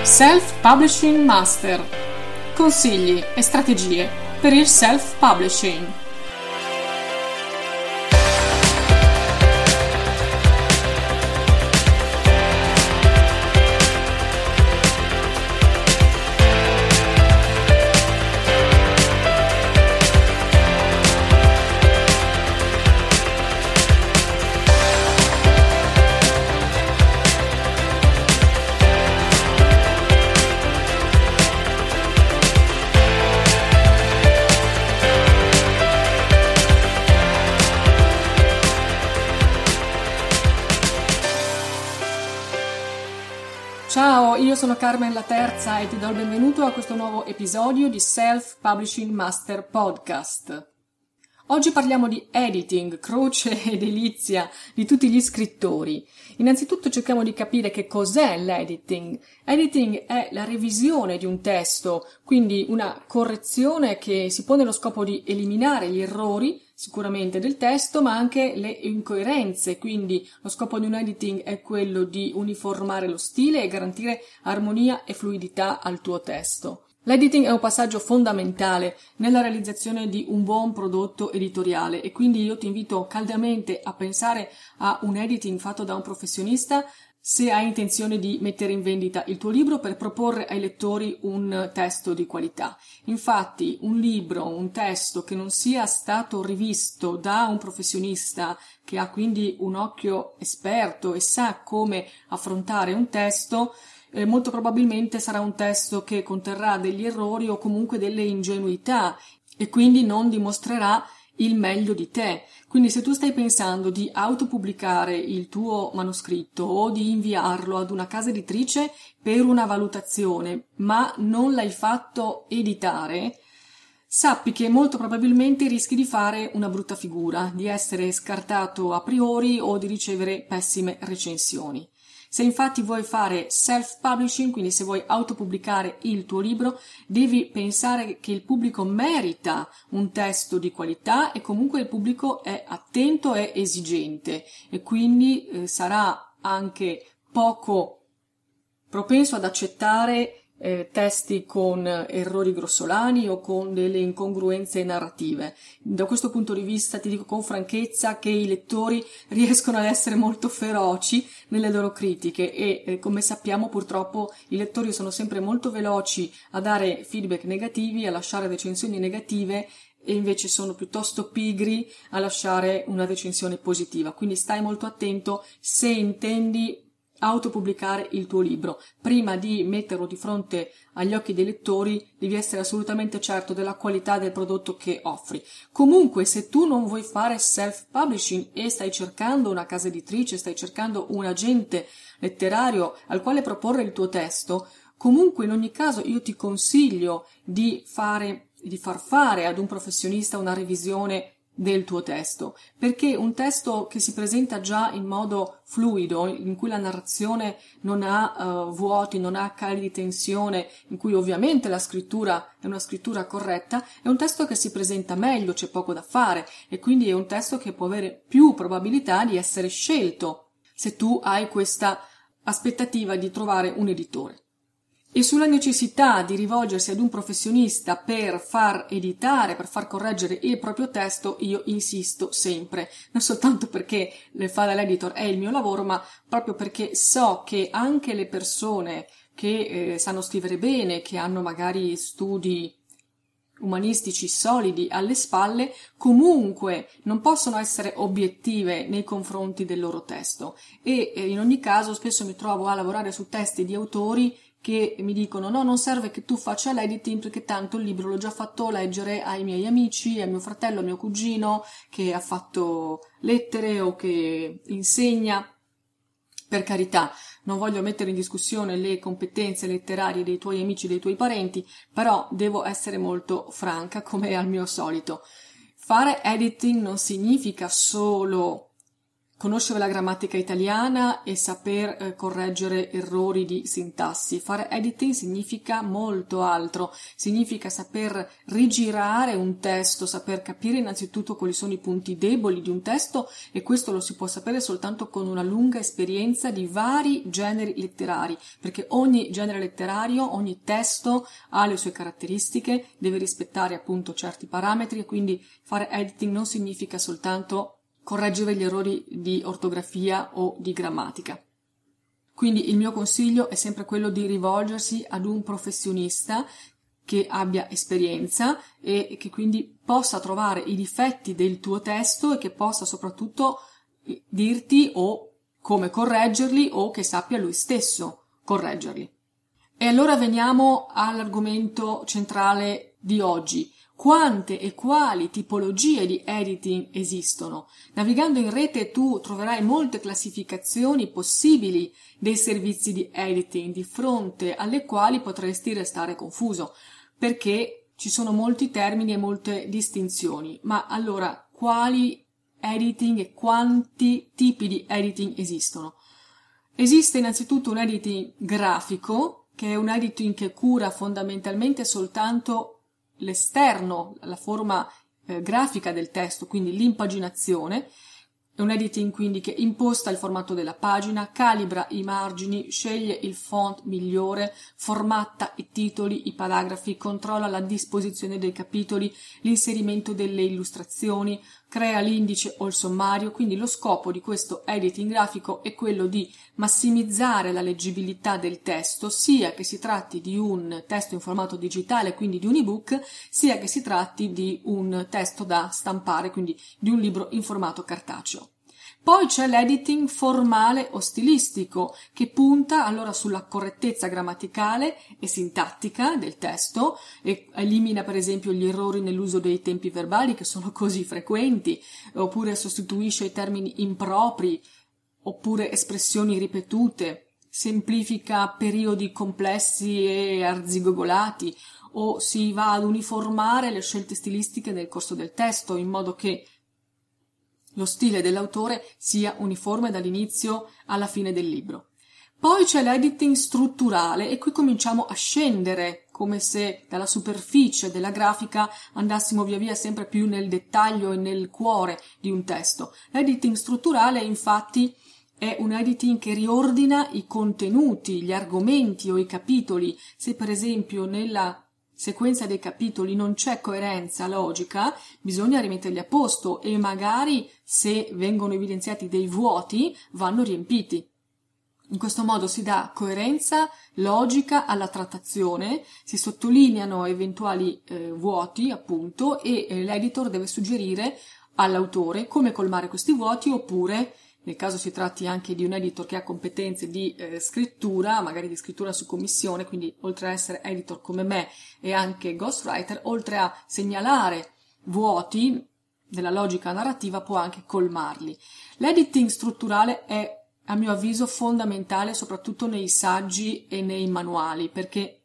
Self-Publishing Master. Consigli e strategie per il self-publishing. Ciao, io sono Carmen La Terza e ti do il benvenuto a questo nuovo episodio di Self-Publishing Master Podcast. Oggi parliamo di editing, croce e delizia di tutti gli scrittori. Innanzitutto cerchiamo di capire che cos'è l'editing. Editing è la revisione di un testo, quindi una correzione che si pone lo scopo di eliminare gli errori sicuramente del testo, ma anche le incoerenze, quindi lo scopo di un editing è quello di uniformare lo stile e garantire armonia e fluidità al tuo testo. L'editing è un passaggio fondamentale nella realizzazione di un buon prodotto editoriale e quindi io ti invito caldamente a pensare a un editing fatto da un professionista se hai intenzione di mettere in vendita il tuo libro per proporre ai lettori un testo di qualità. Infatti un libro, un testo che non sia stato rivisto da un professionista che ha quindi un occhio esperto e sa come affrontare un testo, molto probabilmente sarà un testo che conterrà degli errori o comunque delle ingenuità e quindi non dimostrerà il meglio di te. Quindi se tu stai pensando di autopubblicare il tuo manoscritto o di inviarlo ad una casa editrice per una valutazione, ma non l'hai fatto editare, sappi che molto probabilmente rischi di fare una brutta figura, di essere scartato a priori o di ricevere pessime recensioni. Se infatti vuoi fare self-publishing, quindi se vuoi autopubblicare il tuo libro, devi pensare che il pubblico merita un testo di qualità e comunque il pubblico è attento e esigente e quindi sarà anche poco propenso ad accettare testi con errori grossolani o con delle incongruenze narrative. Da questo punto di vista ti dico con franchezza che i lettori riescono ad essere molto feroci nelle loro critiche e come sappiamo purtroppo i lettori sono sempre molto veloci a dare feedback negativi, a lasciare recensioni negative e invece sono piuttosto pigri a lasciare una recensione positiva. Quindi stai molto attento se intendi autopubblicare il tuo libro. Prima di metterlo di fronte agli occhi dei lettori devi essere assolutamente certo della qualità del prodotto che offri. Comunque se tu non vuoi fare self-publishing e stai cercando una casa editrice, stai cercando un agente letterario al quale proporre il tuo testo, comunque in ogni caso io ti consiglio di far fare ad un professionista una revisione del tuo testo, perché un testo che si presenta già in modo fluido, in cui la narrazione non ha vuoti, non ha cali di tensione, in cui ovviamente la scrittura è una scrittura corretta, è un testo che si presenta meglio, c'è poco da fare e quindi è un testo che può avere più probabilità di essere scelto se tu hai questa aspettativa di trovare un editore. E sulla necessità di rivolgersi ad un professionista per far editare, per far correggere il proprio testo, io insisto sempre, non soltanto perché fare l'editor è il mio lavoro, ma proprio perché so che anche le persone che sanno scrivere bene, che hanno magari studi umanistici solidi alle spalle, comunque non possono essere obiettive nei confronti del loro testo e in ogni caso spesso mi trovo a lavorare su testi di autori che mi dicono no, non serve che tu faccia l'editing perché tanto il libro l'ho già fatto leggere ai miei amici, a mio fratello, a mio cugino che ha fatto lettere o che insegna. Per carità, non voglio mettere in discussione le competenze letterarie dei tuoi amici, dei tuoi parenti, però devo essere molto franca come al mio solito. Fare editing non significa solo conoscere la grammatica italiana e saper correggere errori di sintassi. Fare editing significa molto altro, significa saper rigirare un testo, saper capire innanzitutto quali sono i punti deboli di un testo, e questo lo si può sapere soltanto con una lunga esperienza di vari generi letterari, perché ogni genere letterario, ogni testo ha le sue caratteristiche, deve rispettare appunto certi parametri, e quindi fare editing non significa soltanto correggere gli errori di ortografia o di grammatica. Quindi il mio consiglio è sempre quello di rivolgersi ad un professionista che abbia esperienza e che quindi possa trovare i difetti del tuo testo e che possa soprattutto dirti o come correggerli o che sappia lui stesso correggerli. E allora veniamo all'argomento centrale di oggi. Quante e quali tipologie di editing esistono? Navigando in rete tu troverai molte classificazioni possibili dei servizi di editing, di fronte alle quali potresti restare confuso, perché ci sono molti termini e molte distinzioni. Ma allora, quali editing e quanti tipi di editing esistono? Esiste innanzitutto un editing grafico, che è un editing che cura fondamentalmente soltanto l'esterno, la forma grafica del testo, quindi l'impaginazione. È un editing quindi che imposta il formato della pagina, calibra i margini, sceglie il font migliore, formatta i titoli, i paragrafi, controlla la disposizione dei capitoli, l'inserimento delle illustrazioni, crea l'indice o il sommario. Quindi lo scopo di questo editing grafico è quello di massimizzare la leggibilità del testo, sia che si tratti di un testo in formato digitale, quindi di un ebook, sia che si tratti di un testo da stampare, quindi di un libro in formato cartaceo. Poi c'è l'editing formale o stilistico, che punta allora sulla correttezza grammaticale e sintattica del testo e elimina per esempio gli errori nell'uso dei tempi verbali, che sono così frequenti, oppure sostituisce i termini impropri oppure espressioni ripetute, semplifica periodi complessi e arzigogolati, o si va ad uniformare le scelte stilistiche nel corso del testo, in modo che lo stile dell'autore sia uniforme dall'inizio alla fine del libro. Poi c'è l'editing strutturale, e qui cominciamo a scendere, come se dalla superficie della grafica andassimo via via sempre più nel dettaglio e nel cuore di un testo. L'editing strutturale, infatti, è un editing che riordina i contenuti, gli argomenti o i capitoli. Se per esempio nella sequenza dei capitoli non c'è coerenza logica, bisogna rimetterli a posto, e magari se vengono evidenziati dei vuoti vanno riempiti. In questo modo si dà coerenza logica alla trattazione, si sottolineano eventuali vuoti appunto, e l'editor deve suggerire all'autore come colmare questi vuoti, oppure nel caso si tratti anche di un editor che ha competenze di scrittura, magari di scrittura su commissione, quindi oltre a essere editor come me e anche ghostwriter, oltre a segnalare vuoti della logica narrativa può anche colmarli. L'editing strutturale è, a mio avviso, fondamentale soprattutto nei saggi e nei manuali, perché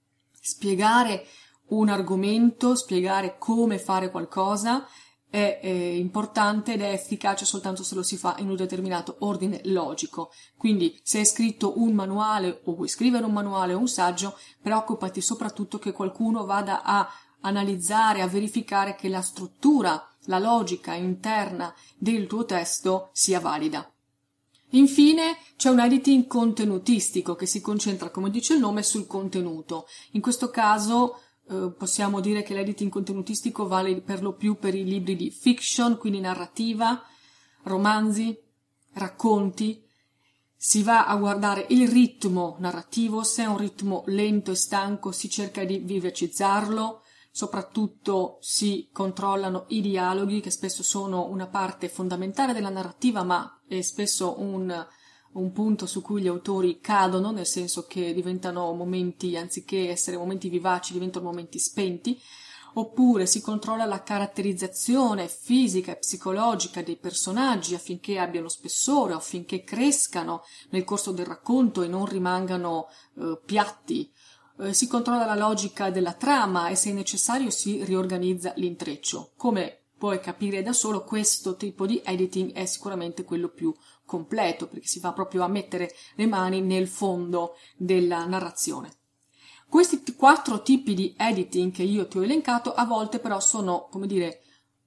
spiegare un argomento, spiegare come fare qualcosa è importante ed è efficace soltanto se lo si fa in un determinato ordine logico. Quindi se hai scritto un manuale o vuoi scrivere un manuale o un saggio, preoccupati soprattutto che qualcuno vada a analizzare, a verificare che la struttura, la logica interna del tuo testo sia valida. Infine c'è un editing contenutistico che si concentra, come dice il nome, sul contenuto. In questo caso possiamo dire che l'editing contenutistico vale per lo più per i libri di fiction, quindi narrativa, romanzi, racconti. Si va a guardare il ritmo narrativo, se è un ritmo lento e stanco si cerca di vivicizzarlo, soprattutto si controllano i dialoghi, che spesso sono una parte fondamentale della narrativa, ma è spesso un punto su cui gli autori cadono, nel senso che diventano momenti, anziché essere momenti vivaci, diventano momenti spenti. Oppure si controlla la caratterizzazione fisica e psicologica dei personaggi affinché abbiano spessore, affinché crescano nel corso del racconto e non rimangano piatti. Si controlla la logica della trama e, se necessario, si riorganizza l'intreccio. Come puoi capire da solo, questo tipo di editing è sicuramente quello più completo, perché si va proprio a mettere le mani nel fondo della narrazione. Questi 4 tipi di editing che io ti ho elencato a volte però sono, come dire,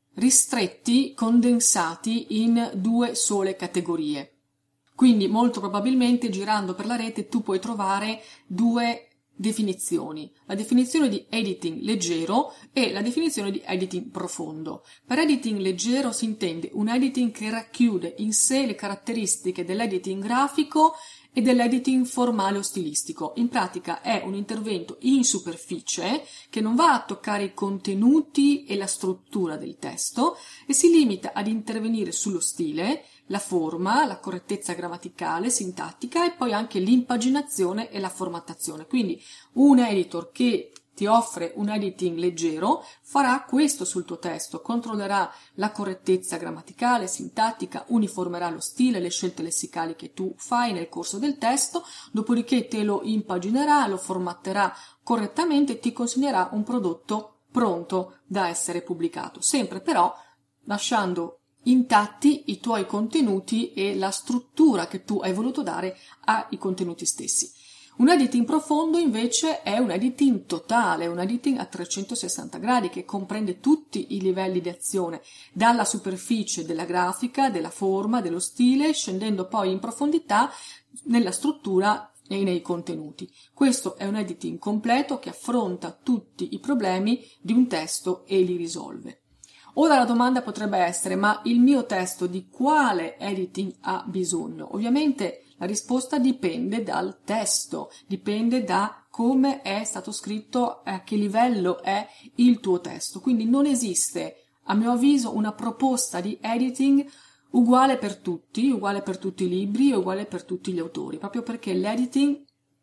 ristretti, condensati in 2 sole categorie. Quindi molto probabilmente girando per la rete tu puoi trovare 2 definizioni, la definizione di editing leggero e la definizione di editing profondo. Per editing leggero si intende un editing che racchiude in sé le caratteristiche dell'editing grafico e dell'editing formale o stilistico. In pratica è un intervento in superficie che non va a toccare i contenuti e la struttura del testo e si limita ad intervenire sullo stile, la forma, la correttezza grammaticale, sintattica e poi anche l'impaginazione e la formattazione. Quindi un editor che ti offre un editing leggero farà questo sul tuo testo, controllerà la correttezza grammaticale, sintattica, uniformerà lo stile, le scelte lessicali che tu fai nel corso del testo, dopodiché te lo impaginerà, lo formatterà correttamente e ti consegnerà un prodotto pronto da essere pubblicato, sempre però lasciando intatti i tuoi contenuti e la struttura che tu hai voluto dare ai contenuti stessi. Un editing profondo invece è un editing totale, un editing a 360 gradi che comprende tutti i livelli di azione, dalla superficie della grafica, della forma, dello stile, scendendo poi in profondità nella struttura e nei contenuti. Questo è un editing completo che affronta tutti i problemi di un testo e li risolve. Ora la domanda potrebbe essere: ma il mio testo di quale editing ha bisogno? Ovviamente la risposta dipende dal testo, dipende da come è stato scritto, a che livello è il tuo testo. Quindi non esiste, a mio avviso, una proposta di editing uguale per tutti i libri, uguale per tutti gli autori, proprio perché l'editing,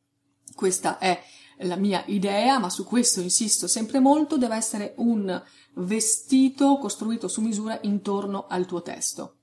questa è la mia idea, ma su questo insisto sempre molto, deve essere un vestito costruito su misura intorno al tuo testo.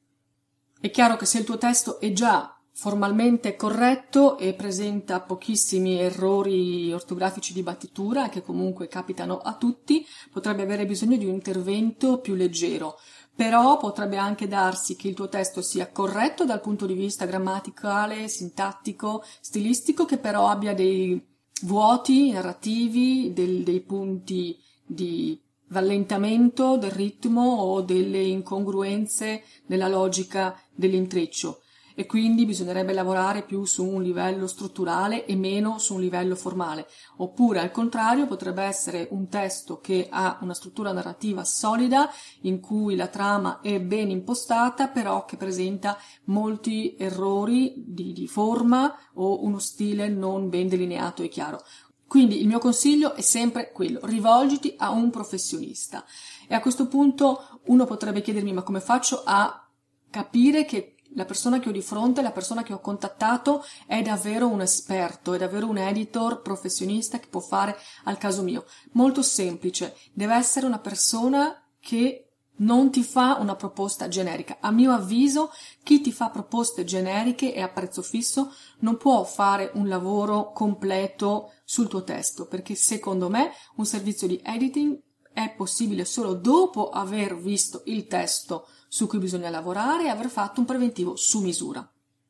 È chiaro che se il tuo testo è già formalmente corretto e presenta pochissimi errori ortografici di battitura, che comunque capitano a tutti, potrebbe avere bisogno di un intervento più leggero. Però potrebbe anche darsi che il tuo testo sia corretto dal punto di vista grammaticale, sintattico, stilistico, che però abbia dei vuoti narrativi, dei punti di rallentamento del ritmo o delle incongruenze nella logica dell'intreccio, e quindi bisognerebbe lavorare più su un livello strutturale e meno su un livello formale. Oppure al contrario potrebbe essere un testo che ha una struttura narrativa solida, in cui la trama è ben impostata, però che presenta molti errori di forma o uno stile non ben delineato e chiaro. Quindi il mio consiglio è sempre quello: rivolgiti a un professionista. E a questo punto uno potrebbe chiedermi: ma come faccio a capire che la persona che ho di fronte, la persona che ho contattato è davvero un esperto, è davvero un editor professionista che può fare al caso mio? Molto semplice: deve essere una persona che non ti fa una proposta generica. A mio avviso, chi ti fa proposte generiche e a prezzo fisso non può fare un lavoro completo sul tuo testo, perché secondo me un servizio di editing è possibile solo dopo aver visto il testo su cui bisogna lavorare e aver fatto un preventivo su misura.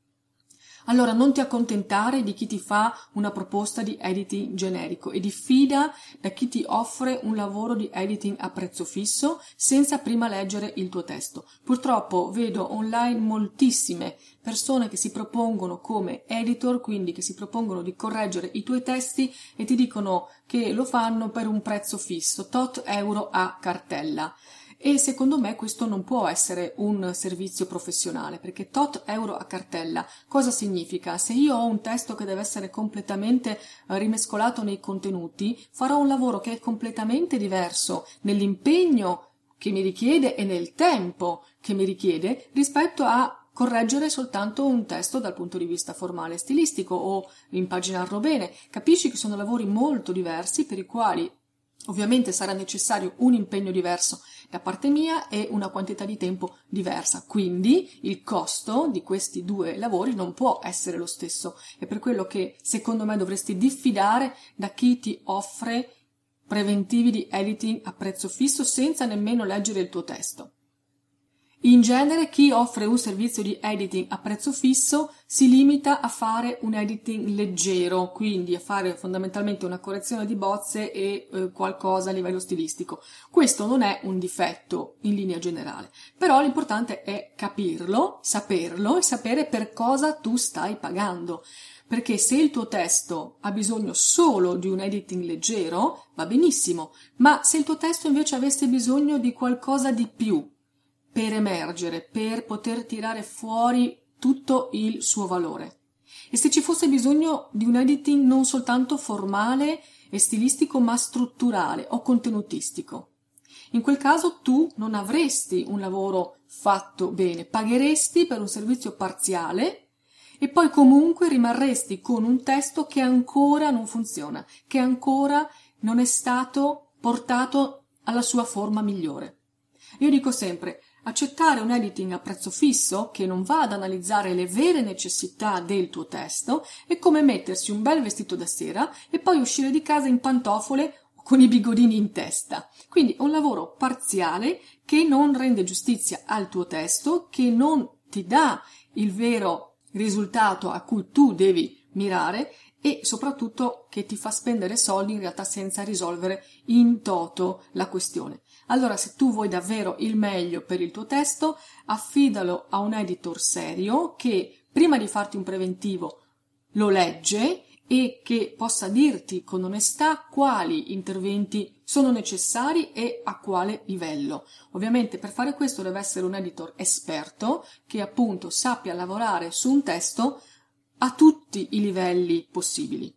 Allora non ti accontentare di chi ti fa una proposta di editing generico e diffida da chi ti offre un lavoro di editing a prezzo fisso senza prima leggere il tuo testo. Purtroppo vedo online moltissime persone che si propongono come editor, quindi che si propongono di correggere i tuoi testi e ti dicono che lo fanno per un prezzo fisso, tot euro a cartella. E secondo me questo non può essere un servizio professionale, perché tot euro a cartella cosa significa? Se io ho un testo che deve essere completamente rimescolato nei contenuti, farò un lavoro che è completamente diverso nell'impegno che mi richiede e nel tempo che mi richiede rispetto a correggere soltanto un testo dal punto di vista formale e stilistico o impaginarlo bene. Capisci che sono lavori molto diversi, per i quali ovviamente sarà necessario un impegno diverso da parte mia e una quantità di tempo diversa, quindi il costo di questi 2 lavori non può essere lo stesso. È per quello che secondo me dovresti diffidare da chi ti offre preventivi di editing a prezzo fisso senza nemmeno leggere il tuo testo. In genere chi offre un servizio di editing a prezzo fisso si limita a fare un editing leggero, quindi a fare fondamentalmente una correzione di bozze e qualcosa a livello stilistico. Questo non è un difetto in linea generale, però l'importante è capirlo, saperlo e sapere per cosa tu stai pagando. Perché se il tuo testo ha bisogno solo di un editing leggero, va benissimo, ma se il tuo testo invece avesse bisogno di qualcosa di più, per emergere, per poter tirare fuori tutto il suo valore. E se ci fosse bisogno di un editing non soltanto formale e stilistico, ma strutturale o contenutistico. In quel caso tu non avresti un lavoro fatto bene, pagheresti per un servizio parziale e poi comunque rimarresti con un testo che ancora non funziona, che ancora non è stato portato alla sua forma migliore. Io dico sempre, accettare un editing a prezzo fisso che non va ad analizzare le vere necessità del tuo testo è come mettersi un bel vestito da sera e poi uscire di casa in pantofole o con i bigodini in testa. Quindi è un lavoro parziale che non rende giustizia al tuo testo, che non ti dà il vero risultato a cui tu devi mirare e soprattutto che ti fa spendere soldi in realtà senza risolvere in toto la questione. Allora, se tu vuoi davvero il meglio per il tuo testo, affidalo a un editor serio che prima di farti un preventivo lo legge e che possa dirti con onestà quali interventi sono necessari e a quale livello. Ovviamente per fare questo deve essere un editor esperto che appunto sappia lavorare su un testo a tutti i livelli possibili.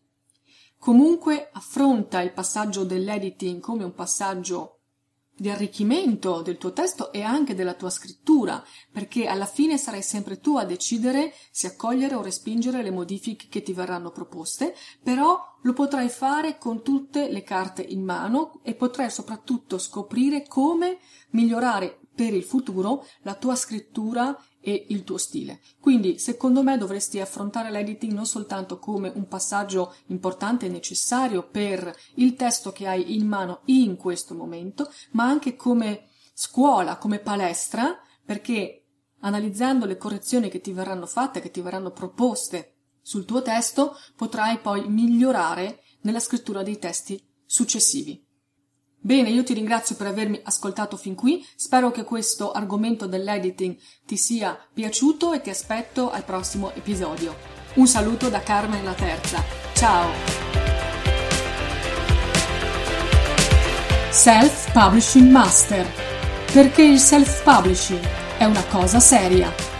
Comunque affronta il passaggio dell'editing come un passaggio di arricchimento del tuo testo e anche della tua scrittura, perché alla fine sarai sempre tu a decidere se accogliere o respingere le modifiche che ti verranno proposte, però lo potrai fare con tutte le carte in mano e potrai soprattutto scoprire come migliorare per il futuro la tua scrittura e il tuo stile. Quindi, secondo me, dovresti affrontare l'editing non soltanto come un passaggio importante e necessario per il testo che hai in mano in questo momento, ma anche come scuola, come palestra, perché analizzando le correzioni che ti verranno fatte, che ti verranno proposte sul tuo testo, potrai poi migliorare nella scrittura dei testi successivi. Bene, io ti ringrazio per avermi ascoltato fin qui, spero che questo argomento dell'editing ti sia piaciuto e ti aspetto al prossimo episodio. Un saluto da Carmen la Terza, ciao! Self Publishing Master, perché il self-publishing è una cosa seria.